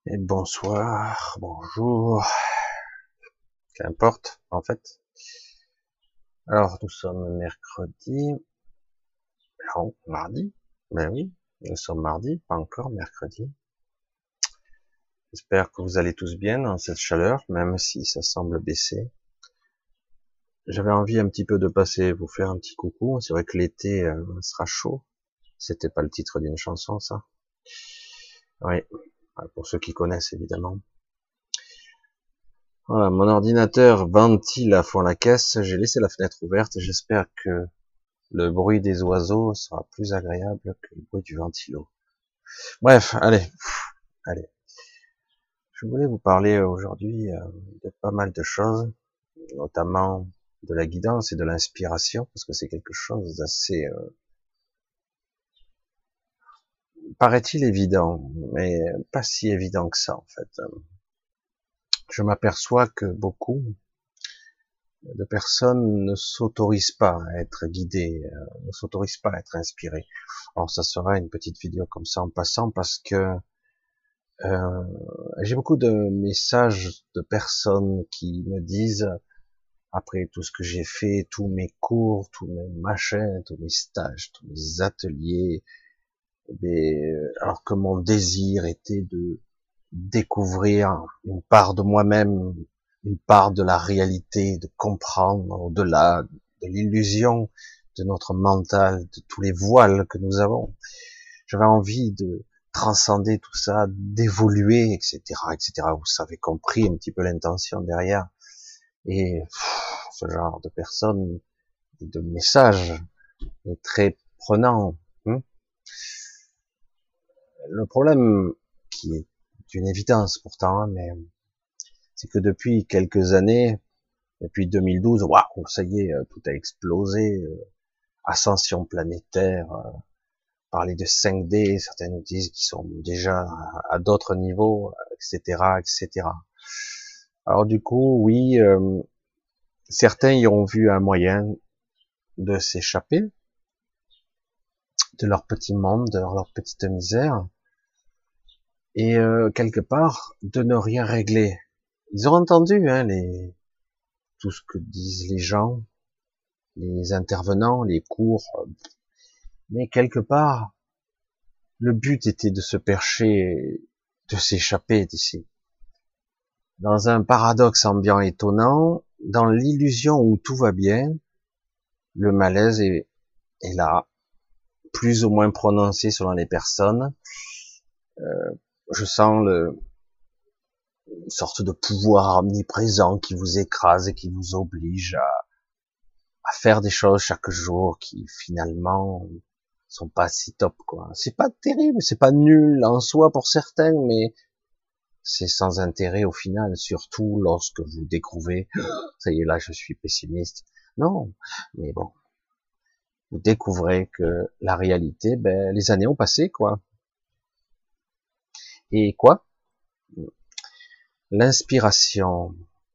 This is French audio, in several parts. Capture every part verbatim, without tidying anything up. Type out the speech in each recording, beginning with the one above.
Et bonsoir, bonjour, qu'importe en fait. Alors nous sommes mercredi, non, mardi, ben oui, nous sommes mardi, pas encore mercredi. J'espère que vous allez tous bien dans cette chaleur, même si ça semble baisser. J'avais envie un petit peu de passer, vous faire un petit coucou. C'est vrai que l'été euh, sera chaud. C'était pas le titre d'une chanson, ça. Oui, pour ceux qui connaissent évidemment. Voilà, mon ordinateur ventile à fond la caisse. J'ai laissé la fenêtre ouverte. J'espère que le bruit des oiseaux sera plus agréable que le bruit du ventilo. Bref, allez, allez. Je voulais vous parler aujourd'hui euh, de pas mal de choses, notamment de la guidance et de l'inspiration, parce que c'est quelque chose d'assez, euh, paraît-il évident, mais pas si évident que ça en fait. Je m'aperçois que beaucoup de personnes ne s'autorisent pas à être guidées, euh, ne s'autorisent pas à être inspirées. Alors ça sera une petite vidéo comme ça en passant, parce que Euh, j'ai beaucoup de messages de personnes qui me disent, après tout ce que j'ai fait, tous mes cours, tous mes machins, tous mes stages, tous mes ateliers, mais, alors que mon désir était de découvrir une part de moi-même, une part de la réalité, de comprendre au-delà de l'illusion de notre mental, de tous les voiles que nous avons. J'avais envie de transcender tout ça, d'évoluer, et cetera, et cetera. Vous savez compris un petit peu l'intention derrière. Et pff, ce genre de personnes, de messages, est très prenant. Hein. Le problème, qui est une évidence pourtant, hein, mais c'est que depuis quelques années, depuis deux mille douze, waouh, ça y est, tout a explosé, euh, ascension planétaire, euh, parler de cinq D, certains nous disent qu'ils sont déjà à, à d'autres niveaux, et cetera, et cetera. Alors du coup, oui, euh, certains y ont vu un moyen de s'échapper de leur petit monde, de leur petite misère, et euh, quelque part de ne rien régler. Ils ont entendu hein, les, tout ce que disent les gens, les intervenants, les cours, mais quelque part, le but était de se percher, de s'échapper d'ici. Dans un paradoxe ambiant étonnant, dans l'illusion où tout va bien, le malaise est, est là, plus ou moins prononcé selon les personnes. Euh, je sens le, une sorte de pouvoir omniprésent qui vous écrase et qui vous oblige à, à faire des choses chaque jour qui finalement sont pas si top, quoi. C'est pas terrible, c'est pas nul en soi pour certains, mais c'est sans intérêt au final, surtout lorsque vous découvrez, ça y est, là je suis pessimiste. Non, mais bon, vous découvrez que la réalité, ben, les années ont passé, quoi. Et quoi? L'inspiration,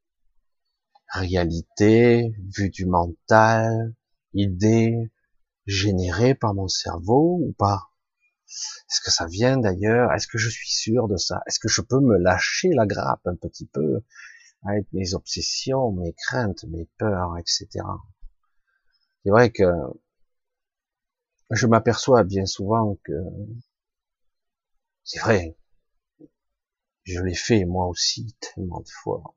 réalité, vue du mental, idée générée par mon cerveau ou pas? Est-ce que ça vient d'ailleurs? Est-ce que je suis sûr de ça? Est-ce que je peux me lâcher la grappe un petit peu avec mes obsessions, mes craintes, mes peurs, et cetera. C'est vrai que je m'aperçois bien souvent que c'est vrai, je l'ai fait moi aussi tellement de fois.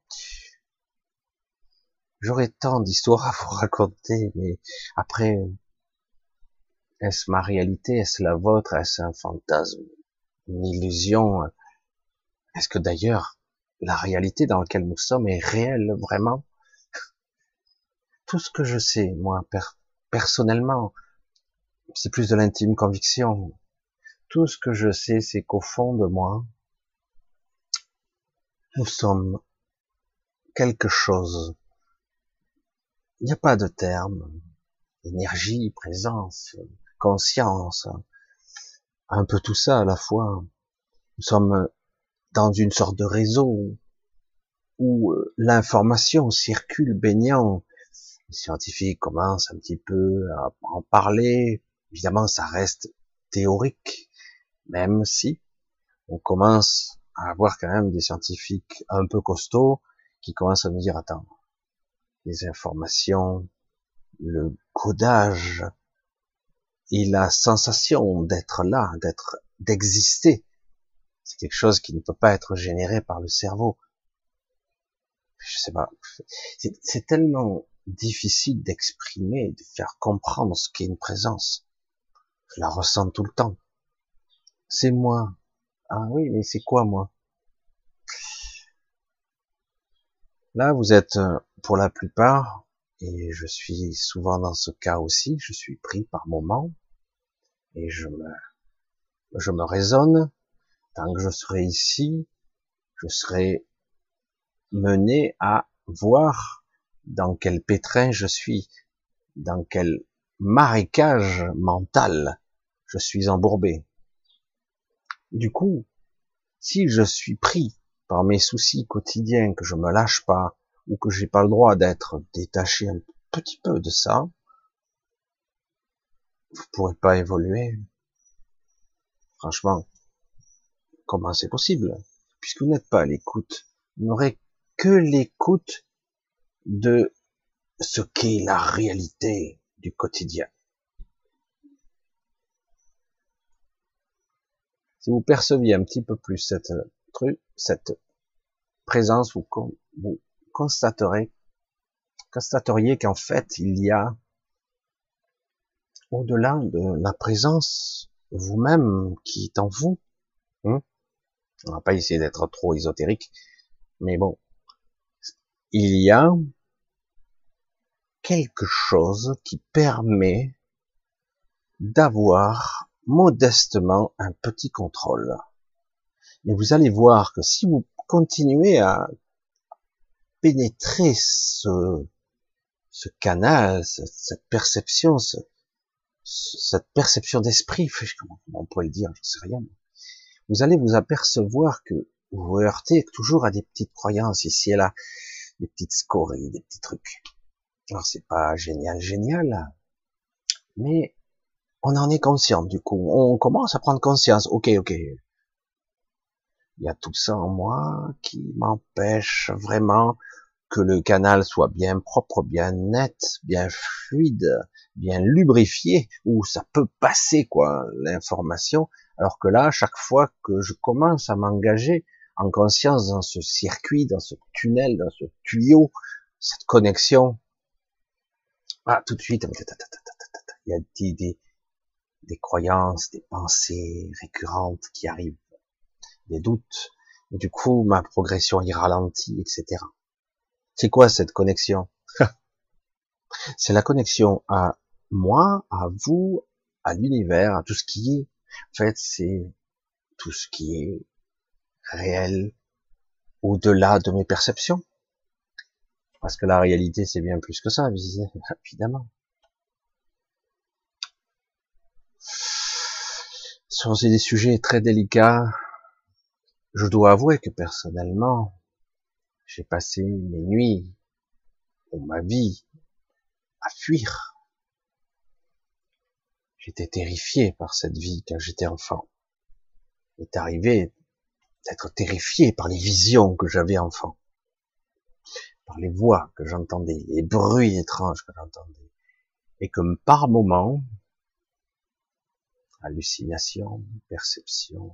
J'aurais tant d'histoires à vous raconter, mais après, est-ce ma réalité, est-ce la vôtre, est-ce un fantasme, une illusion? Est-ce que d'ailleurs, la réalité dans laquelle nous sommes est réelle vraiment? Tout ce que je sais, moi, per personnellement, c'est plus de l'intime conviction. Tout ce que je sais, c'est qu'au fond de moi, nous sommes quelque chose. Il n'y a pas de terme. Énergie, présence, conscience, un peu tout ça à la fois. Nous sommes dans une sorte de réseau où l'information circule baignant. Les scientifiques commencent un petit peu à en parler. Évidemment, ça reste théorique, même si on commence à avoir quand même des scientifiques un peu costauds qui commencent à me dire, attends, les informations, le codage et la sensation d'être là, d'être, d'exister, c'est quelque chose qui ne peut pas être généré par le cerveau. Je sais pas. C'est, c'est tellement difficile d'exprimer, de faire comprendre ce qu'est une présence. Je la ressens tout le temps. C'est moi. Ah oui, mais c'est quoi moi? Là, vous êtes, euh, pour la plupart, et je suis souvent dans ce cas aussi, je suis pris par moments, et je me, je me raisonne, tant que je serai ici, je serai mené à voir dans quel pétrin je suis, dans quel marécage mental je suis embourbé. Du coup, si je suis pris par mes soucis quotidiens, que je me lâche pas, ou que j'ai pas le droit d'être détaché un petit peu de ça, vous pourrez pas évoluer. Franchement, comment c'est possible? Puisque vous n'êtes pas à l'écoute. Vous n'aurez que l'écoute de ce qu'est la réalité du quotidien. Si vous perceviez un petit peu plus cette truc, cette présence, vous, vous constaterez, constateriez qu'en fait, il y a, au-delà de la présence, vous-même qui est en vous, hein, on va pas essayer d'être trop ésotérique, mais bon, il y a quelque chose qui permet d'avoir modestement un petit contrôle. Et vous allez voir que si vous continuez à pénétrer ce, ce canal, cette perception, ce, cette perception d'esprit, comment on pourrait le dire, je sais rien, vous allez vous apercevoir que vous vous heurtez toujours à des petites croyances ici et là, des petites scories, des petits trucs. Alors c'est pas génial, génial, mais on en est conscient du coup. On commence à prendre conscience. Ok, ok. Il y a tout ça en moi qui m'empêche vraiment que le canal soit bien propre, bien net, bien fluide, bien lubrifié, où ça peut passer quoi l'information. Alors que là, chaque fois que je commence à m'engager en conscience dans ce circuit, dans ce tunnel, dans ce tuyau, cette connexion, ah, tout de suite, il y a des, des, des croyances, des pensées récurrentes qui arrivent, des doutes, et du coup, ma progression y ralentit, et cetera. C'est quoi cette connexion? C'est la connexion à moi, à vous, à l'univers, à tout ce qui est. En fait, c'est tout ce qui est réel, au-delà de mes perceptions. Parce que la réalité, c'est bien plus que ça, évidemment. Ce sont des sujets très délicats. Je dois avouer que personnellement, j'ai passé mes nuits, ou ma vie, à fuir. J'étais terrifié par cette vie quand j'étais enfant. Il est arrivé d'être terrifié par les visions que j'avais enfant, par les voix que j'entendais, les bruits étranges que j'entendais, et que par moments, hallucination, perception,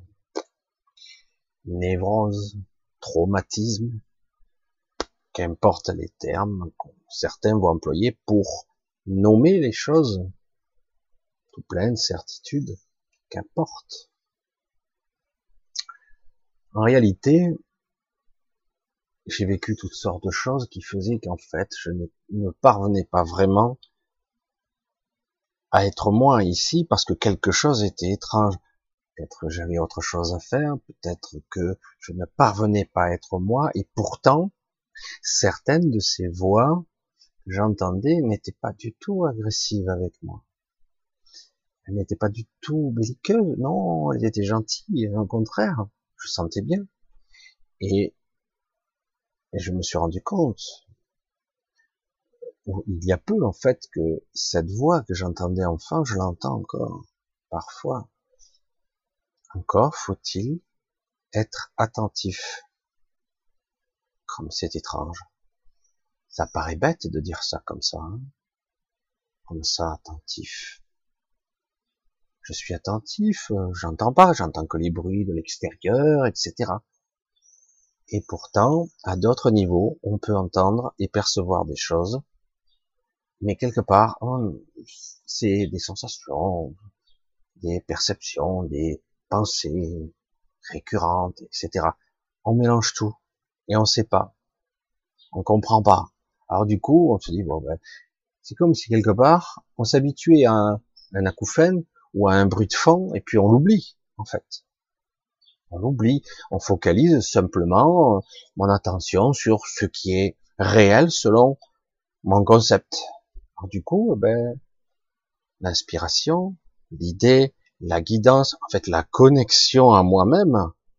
névrose, traumatisme, qu'importe les termes que certains vont employer pour nommer les choses, tout plein de certitudes, qu'importe. En réalité, j'ai vécu toutes sortes de choses qui faisaient qu'en fait, je ne parvenais pas vraiment à être moi ici parce que quelque chose était étrange. Peut-être que j'avais autre chose à faire, peut-être que je ne parvenais pas à être moi, et pourtant, certaines de ces voix que j'entendais n'étaient pas du tout agressives avec moi. Elles n'étaient pas du tout belliqueuses, non, elles étaient gentilles, au contraire, je sentais bien. Et, et je me suis rendu compte, il y a peu en fait, que cette voix que j'entendais enfant, je l'entends encore, parfois. Encore faut-il être attentif. Comme c'est étrange. Ça paraît bête de dire ça comme ça, hein, comme ça, attentif. Je suis attentif, euh, j'entends pas, j'entends que les bruits de l'extérieur, et cetera. Et pourtant, à d'autres niveaux, on peut entendre et percevoir des choses, mais quelque part, c'est des sensations, des perceptions, des pensées récurrentes, et cetera. On mélange tout et on sait pas, on comprend pas. Alors du coup, on se dit bon ben, c'est comme si quelque part on s'habituait à un, un acouphène ou à un bruit de fond et puis on l'oublie en fait. On l'oublie, on focalise simplement mon attention sur ce qui est réel selon mon concept. Alors du coup, ben l'inspiration, l'idée, la guidance, en fait la connexion à moi-même,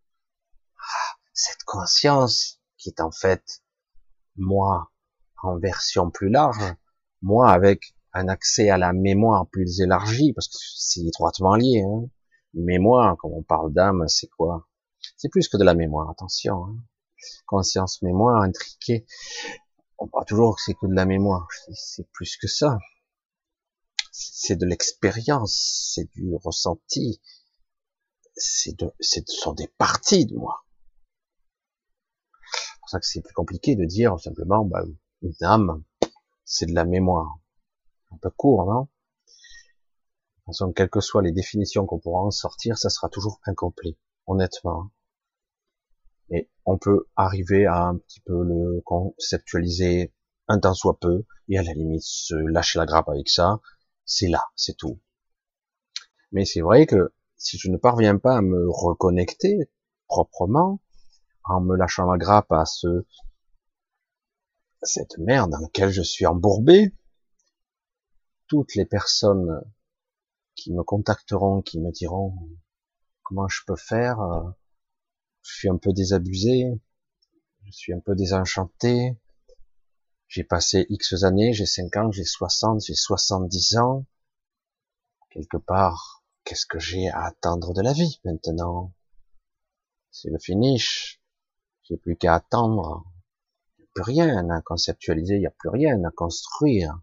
cette conscience qui est en fait moi en version plus large, moi avec un accès à la mémoire plus élargie, parce que c'est étroitement lié. Hein. Mémoire, quand on parle d'âme, c'est quoi? C'est plus que de la mémoire, attention. Hein. Conscience, mémoire, intriquée. On parle toujours que c'est que de la mémoire. C'est plus que ça. C'est de l'expérience, c'est du ressenti. C'est de, c'est, ce sont des parties de moi. C'est pour ça que c'est plus compliqué de dire simplement, bah, une âme, c'est de la mémoire. Un peu court, non? De toute façon, quelles que soient les définitions qu'on pourra en sortir, ça sera toujours incomplet, honnêtement. Et on peut arriver à un petit peu le conceptualiser un tant soit peu, et à la limite se lâcher la grappe avec ça, c'est là, c'est tout. Mais c'est vrai que si je ne parviens pas à me reconnecter proprement, en me lâchant la grappe à ce cette merde dans laquelle je suis embourbé, toutes les personnes qui me contacteront, qui me diront comment je peux faire, je suis un peu désabusé, je suis un peu désenchanté, j'ai passé X années, j'ai cinq ans, j'ai soixante, j'ai soixante-dix ans, quelque part, qu'est-ce que j'ai à attendre de la vie maintenant? C'est le finish, j'ai plus qu'à attendre, il n'y a plus rien à conceptualiser, il n'y a plus rien à construire.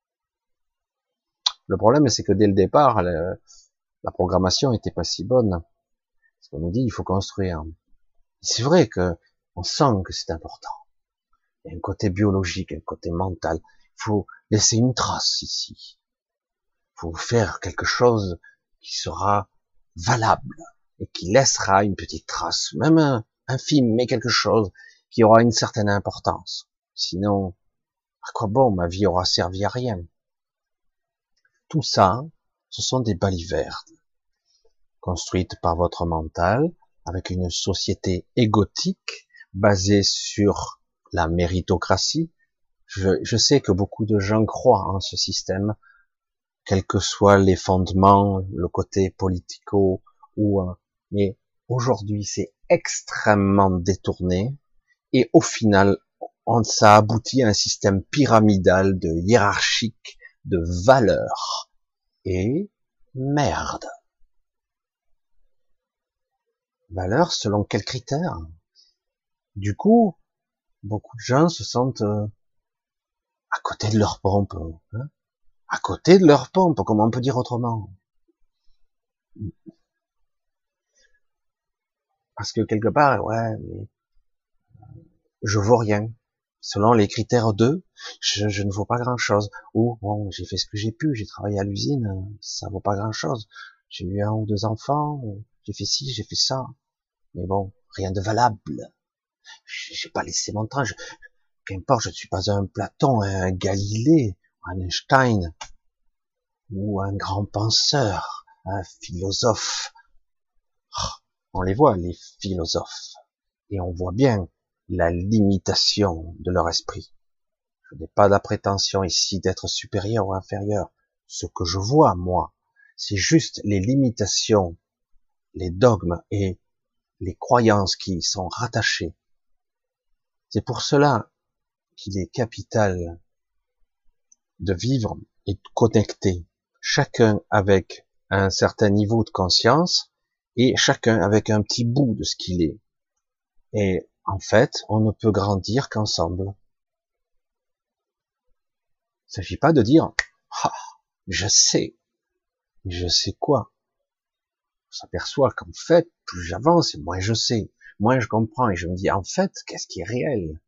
Le problème, c'est que dès le départ, le, la programmation était pas si bonne. Parce qu'on nous dit, il faut construire. C'est vrai que on sent que c'est important. Il y a un côté biologique, un côté mental. Il faut laisser une trace ici. Il faut faire quelque chose qui sera valable et qui laissera une petite trace, même infime, mais quelque chose qui aura une certaine importance. Sinon, à quoi bon, ma vie aura servi à rien. Tout ça, ce sont des balivernes construites par votre mental, avec une société égotique basée sur la méritocratie. Je, je sais que beaucoup de gens croient en ce système, quels que soient les fondements, le côté politico ou euh, mais aujourd'hui c'est extrêmement détourné et au final on, ça aboutit à un système pyramidal de hiérarchique de valeurs et merde. Valeurs selon quels critères? Du coup, beaucoup de gens se sentent euh, à côté de leur pompe, hein, à côté de leur pompe, comment on peut dire autrement? Parce que quelque part, ouais, mais je vaux rien. Selon les critères d'eux, je, je ne vaux pas grand-chose. Ou bon, j'ai fait ce que j'ai pu, j'ai travaillé à l'usine, ça vaut pas grand-chose. J'ai eu un ou deux enfants, j'ai fait ci, j'ai fait ça. Mais bon, rien de valable. J'ai pas laissé mon temps. Je, qu'importe, je ne suis pas un Platon, un Galilée, un Einstein, ou un grand penseur, un philosophe. On les voit, les philosophes. Et on voit bien la limitation de leur esprit. Je n'ai pas la prétention ici d'être supérieur ou inférieur. Ce que je vois, moi, c'est juste les limitations, les dogmes et les croyances qui y sont rattachées. C'est pour cela qu'il est capital de vivre et de connecter, chacun avec un certain niveau de conscience et chacun avec un petit bout de ce qu'il est. Et en fait, on ne peut grandir qu'ensemble. Il ne s'agit pas de dire ah, je sais, je sais quoi. On s'aperçoit qu'en fait, plus j'avance, moins je sais, moins je comprends, et je me dis en fait, qu'est-ce qui est réel?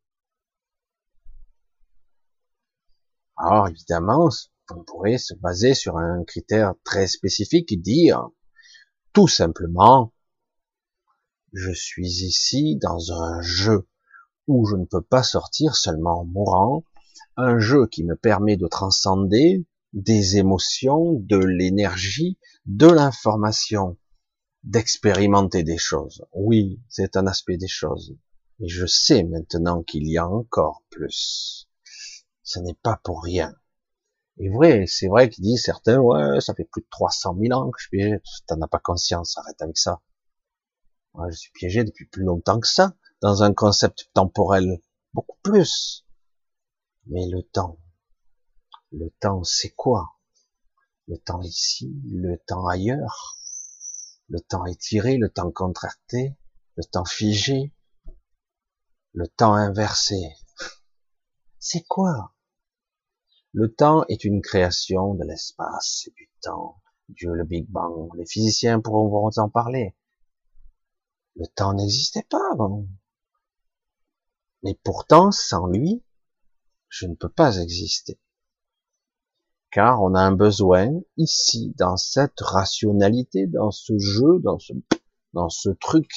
Alors évidemment, on pourrait se baser sur un critère très spécifique et dire tout simplement, je suis ici dans un jeu où je ne peux pas sortir seulement en mourant, un jeu qui me permet de transcender des émotions, de l'énergie, de l'information, d'expérimenter des choses. Oui, c'est un aspect des choses. Et je sais maintenant qu'il y a encore plus. Ce n'est pas pour rien. Et vrai, c'est vrai qu'il dit certains, ouais, ça fait plus de trois cent mille ans que je suis piégé. T'en as pas conscience, arrête avec ça. Ouais, je suis piégé depuis plus longtemps que ça, dans un concept temporel beaucoup plus. Mais le temps, le temps, c'est quoi? Le temps ici, le temps ailleurs, le temps étiré, le temps contracté, le temps figé, le temps inversé. C'est quoi? Le temps est une création de l'espace et du temps. Dieu, le Big Bang. Les physiciens pourront vous en parler. Le temps n'existait pas avant. Mais pourtant, sans lui, je ne peux pas exister. Car on a un besoin ici, dans cette rationalité, dans ce jeu, dans ce, dans ce truc.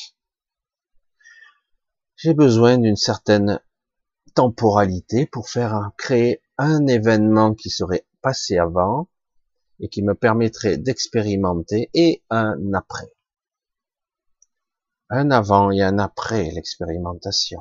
J'ai besoin d'une certaine temporalité pour faire créer un événement qui serait passé avant et qui me permettrait d'expérimenter et un après. Un avant et un après l'expérimentation.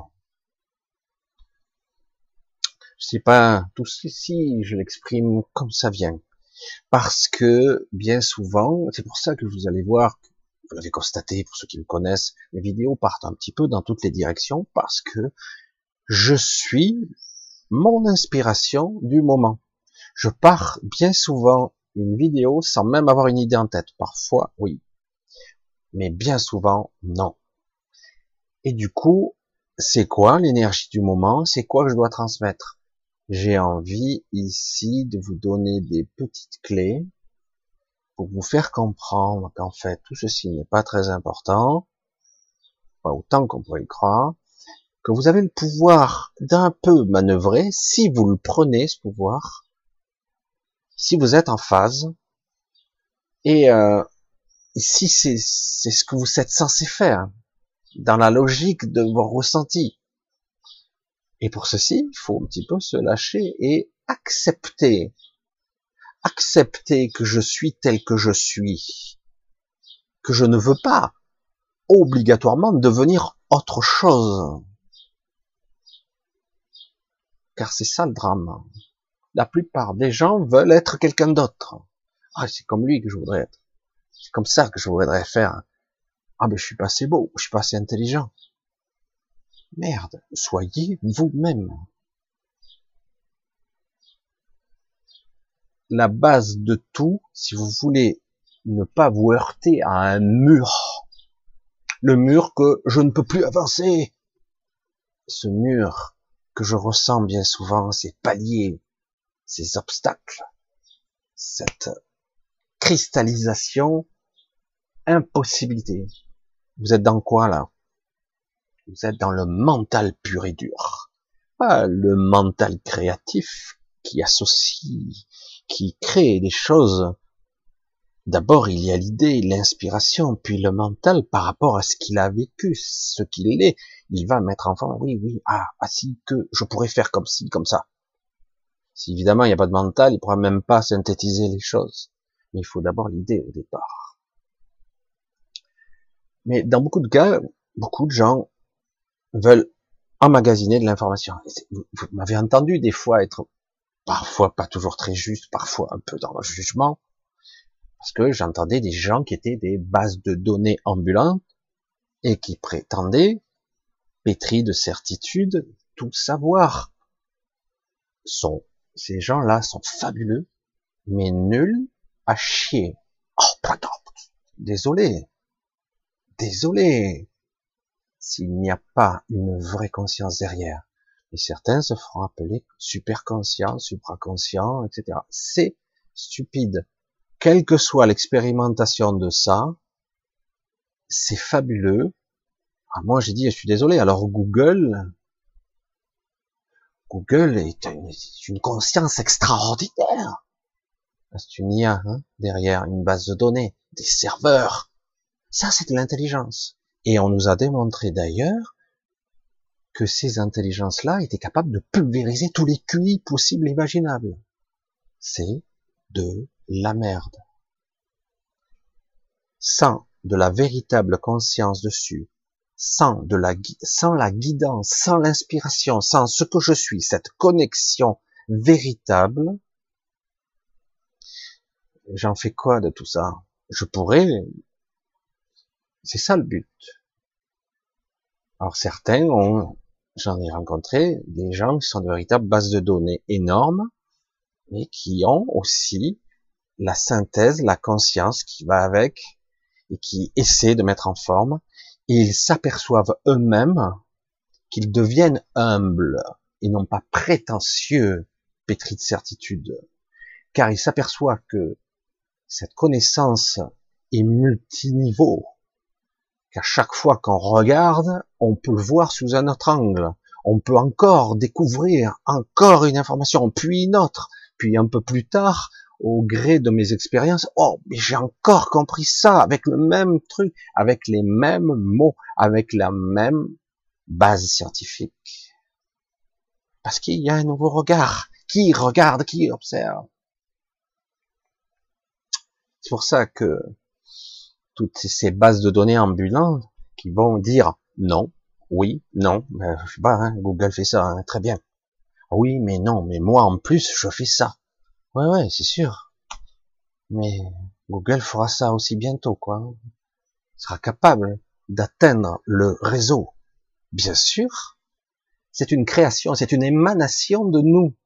Je sais pas, tout ceci, je l'exprime comme ça vient. Parce que, bien souvent, c'est pour ça que vous allez voir, vous l'avez constaté pour ceux qui me connaissent, les vidéos partent un petit peu dans toutes les directions parce que je suis mon inspiration du moment. Je pars bien souvent une vidéo sans même avoir une idée en tête. Parfois, oui. Mais bien souvent, non. Et du coup, c'est quoi l'énergie du moment? C'est quoi que je dois transmettre? J'ai envie ici de vous donner des petites clés pour vous faire comprendre qu'en fait, tout ceci n'est pas très important, pas autant qu'on pourrait le croire, que vous avez le pouvoir d'un peu manœuvrer si vous le prenez, ce pouvoir, si vous êtes en phase, et euh, si c'est c'est ce que vous êtes censé faire, dans la logique de vos ressentis. Et pour ceci, il faut un petit peu se lâcher et accepter, accepter que je suis tel que je suis, que je ne veux pas obligatoirement devenir autre chose. Car c'est ça le drame. La plupart des gens veulent être quelqu'un d'autre. Ah, c'est comme lui que je voudrais être. C'est comme ça que je voudrais faire. Ah, ben, je suis pas assez beau, je suis pas assez intelligent. Merde, soyez vous-même. La base de tout, si vous voulez ne pas vous heurter à un mur, le mur que je ne peux plus avancer, ce mur que je ressens bien souvent, ces paliers, ces obstacles, cette cristallisation, impossibilité. Vous êtes dans quoi là? Vous êtes dans le mental pur et dur, pas le mental créatif qui associe, qui crée des choses. D'abord, il y a l'idée, l'inspiration, puis le mental par rapport à ce qu'il a vécu, ce qu'il est. Il va mettre en forme, oui, oui, ah, ah si, que je pourrais faire comme ci, comme ça. Si évidemment il n'y a pas de mental, il ne pourra même pas synthétiser les choses. Mais il faut d'abord l'idée au départ. Mais dans beaucoup de cas, beaucoup de gens veulent emmagasiner de l'information. Vous, vous m'avez entendu des fois être parfois pas toujours très juste, parfois un peu dans le jugement, parce que j'entendais des gens qui étaient des bases de données ambulantes et qui prétendaient, pétris de certitude, tout savoir. Sont, ces gens-là sont fabuleux, mais nuls à chier. Oh, pardon, désolé. désolé, s'il n'y a pas une vraie conscience derrière. Et certains se feront appeler superconscients, supraconscients, et cetera. C'est stupide. Quelle que soit l'expérimentation de ça, c'est fabuleux. Ah, moi, j'ai dit, je suis désolé. Alors, Google, Google est une, est une conscience extraordinaire. C'est une I A, hein, derrière une base de données, des serveurs. Ça, c'est de l'intelligence. Et on nous a démontré d'ailleurs que ces intelligences-là étaient capables de pulvériser tous les Q I possibles et imaginables. C'est de la merde. Sans de la véritable conscience dessus, sans de la, sans la guidance, sans l'inspiration, sans ce que je suis, cette connexion véritable, j'en fais quoi de tout ça? Je pourrais, c'est ça le but. Alors certains ont, j'en ai rencontré des gens qui sont de véritables bases de données énormes, mais qui ont aussi la synthèse, la conscience qui va avec, et qui essaient de mettre en forme, et ils s'aperçoivent eux-mêmes qu'ils deviennent humbles, et non pas prétentieux, pétris de certitude, car ils s'aperçoivent que cette connaissance est multiniveau, qu'à chaque fois qu'on regarde, on peut le voir sous un autre angle, on peut encore découvrir encore une information, puis une autre, puis un peu plus tard, au gré de mes expériences, oh, mais j'ai encore compris ça, avec le même truc, avec les mêmes mots, avec la même base scientifique. Parce qu'il y a un nouveau regard. Qui regarde, qui observe. C'est pour ça que toutes ces bases de données ambulantes qui vont dire non, oui, non, ben, je sais pas, hein, Google fait ça, hein, très bien. Oui, mais non, mais moi en plus, je fais ça. Ouais, ouais, c'est sûr. Mais Google fera ça aussi bientôt, quoi. Il sera capable d'atteindre le réseau. Bien sûr. C'est une création, c'est une émanation de nous.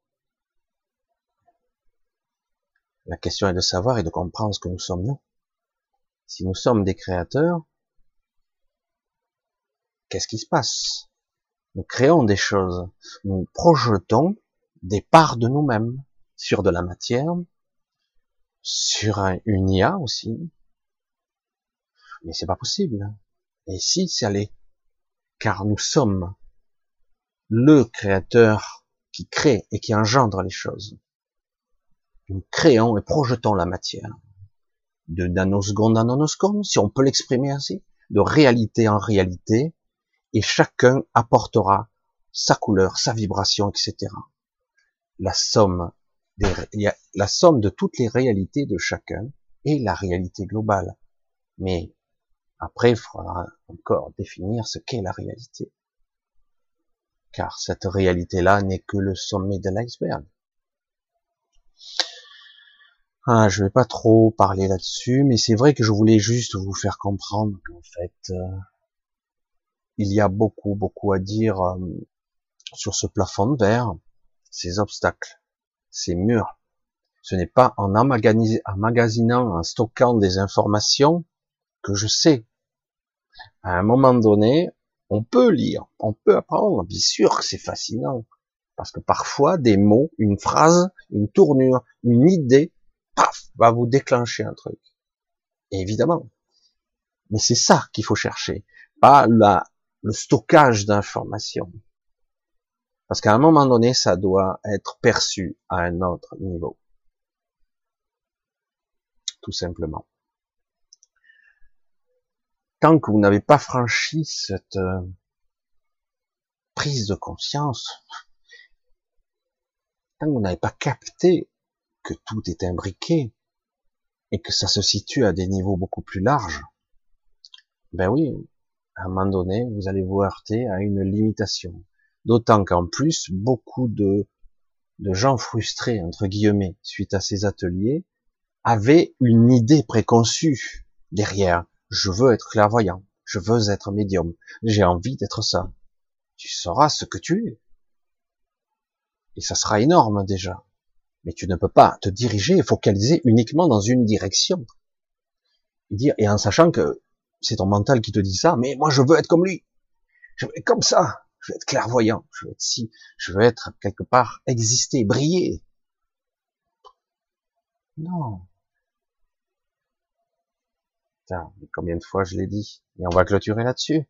La question est de savoir et de comprendre ce que nous sommes nous. Si nous sommes des créateurs, qu'est-ce qui se passe? Nous créons des choses. Nous projetons des parts de nous-mêmes sur de la matière, sur un, une I A aussi. Mais c'est pas possible. Et si, ça l'est. Car nous sommes le créateur qui crée et qui engendre les choses. Nous créons et projetons la matière. De nanoseconde en nanoseconde, si on peut l'exprimer ainsi, de réalité en réalité, et chacun apportera sa couleur, sa vibration, et cetera. La somme, des, la somme de toutes les réalités de chacun est la réalité globale. Mais après, il faudra encore définir ce qu'est la réalité. Car cette réalité-là n'est que le sommet de l'iceberg. Ah, je vais pas trop parler là-dessus, mais c'est vrai que je voulais juste vous faire comprendre qu'en fait, euh, il y a beaucoup, beaucoup à dire euh, sur ce plafond de verre, ces obstacles, ces murs. Ce n'est pas en emmagasinant, en stockant des informations que je sais. À un moment donné, on peut lire, on peut apprendre, bien sûr que c'est fascinant, parce que parfois, des mots, une phrase, une tournure, une idée, paf, va vous déclencher un truc. Et évidemment. Mais c'est ça qu'il faut chercher, pas la, le stockage d'informations. Parce qu'à un moment donné, ça doit être perçu à un autre niveau. Tout simplement. Tant que vous n'avez pas franchi cette euh, prise de conscience, tant que vous n'avez pas capté que tout est imbriqué et que ça se situe à des niveaux beaucoup plus larges, ben oui, à un moment donné, vous allez vous heurter à une limitation. D'autant qu'en plus, beaucoup de, de gens frustrés, entre guillemets, suite à ces ateliers, avaient une idée préconçue derrière. Je veux être clairvoyant, je veux être médium, j'ai envie d'être ça. Tu sauras ce que tu es. Et ça sera énorme déjà. Mais tu ne peux pas te diriger et focaliser uniquement dans une direction. Et dire, et en sachant que C'est ton mental qui te dit ça, mais moi je veux être comme lui. Je veux être comme ça. Je veux être clairvoyant. Je veux être si. Je veux être quelque part, exister, briller. Non. Putain, mais combien de fois je l'ai dit. Et on va clôturer là-dessus.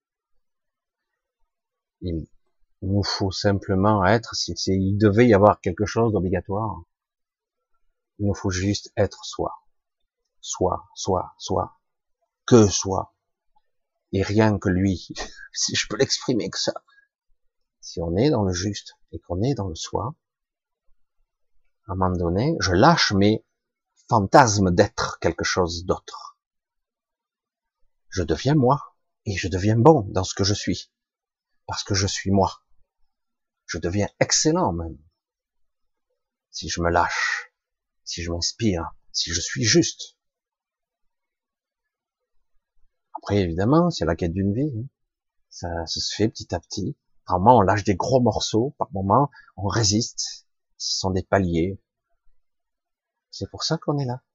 Il nous faut simplement être, si c'est, il devait y avoir quelque chose d'obligatoire. Il nous faut juste être soi. Soi, soi, soi. Que soi. Et rien que lui. Si je peux l'exprimer que ça. Si on est dans le juste et qu'on est dans le soi, à un moment donné, je lâche mes fantasmes d'être quelque chose d'autre. Je deviens moi et je deviens bon dans ce que je suis parce que je suis moi. Je deviens excellent même si je me lâche, si je m'inspire, si je suis juste. Après, évidemment, c'est la quête d'une vie. Hein. Ça, ça se fait petit à petit. Par moment, on lâche des gros morceaux. Par moment, on résiste. Ce sont des paliers. C'est pour ça qu'on est là.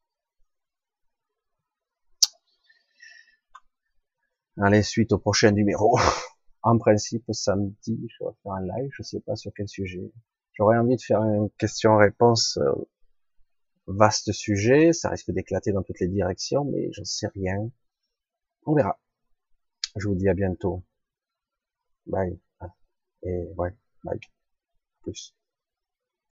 Allez, suite au prochain numéro. En principe, samedi, je vais faire un live. Je sais pas sur quel sujet. J'aurais envie de faire une question-réponse. Euh, vaste sujet. Ça risque d'éclater dans toutes les directions, mais j'en sais rien. On verra. Je vous dis à bientôt. Bye. Et ouais, bye. Plus.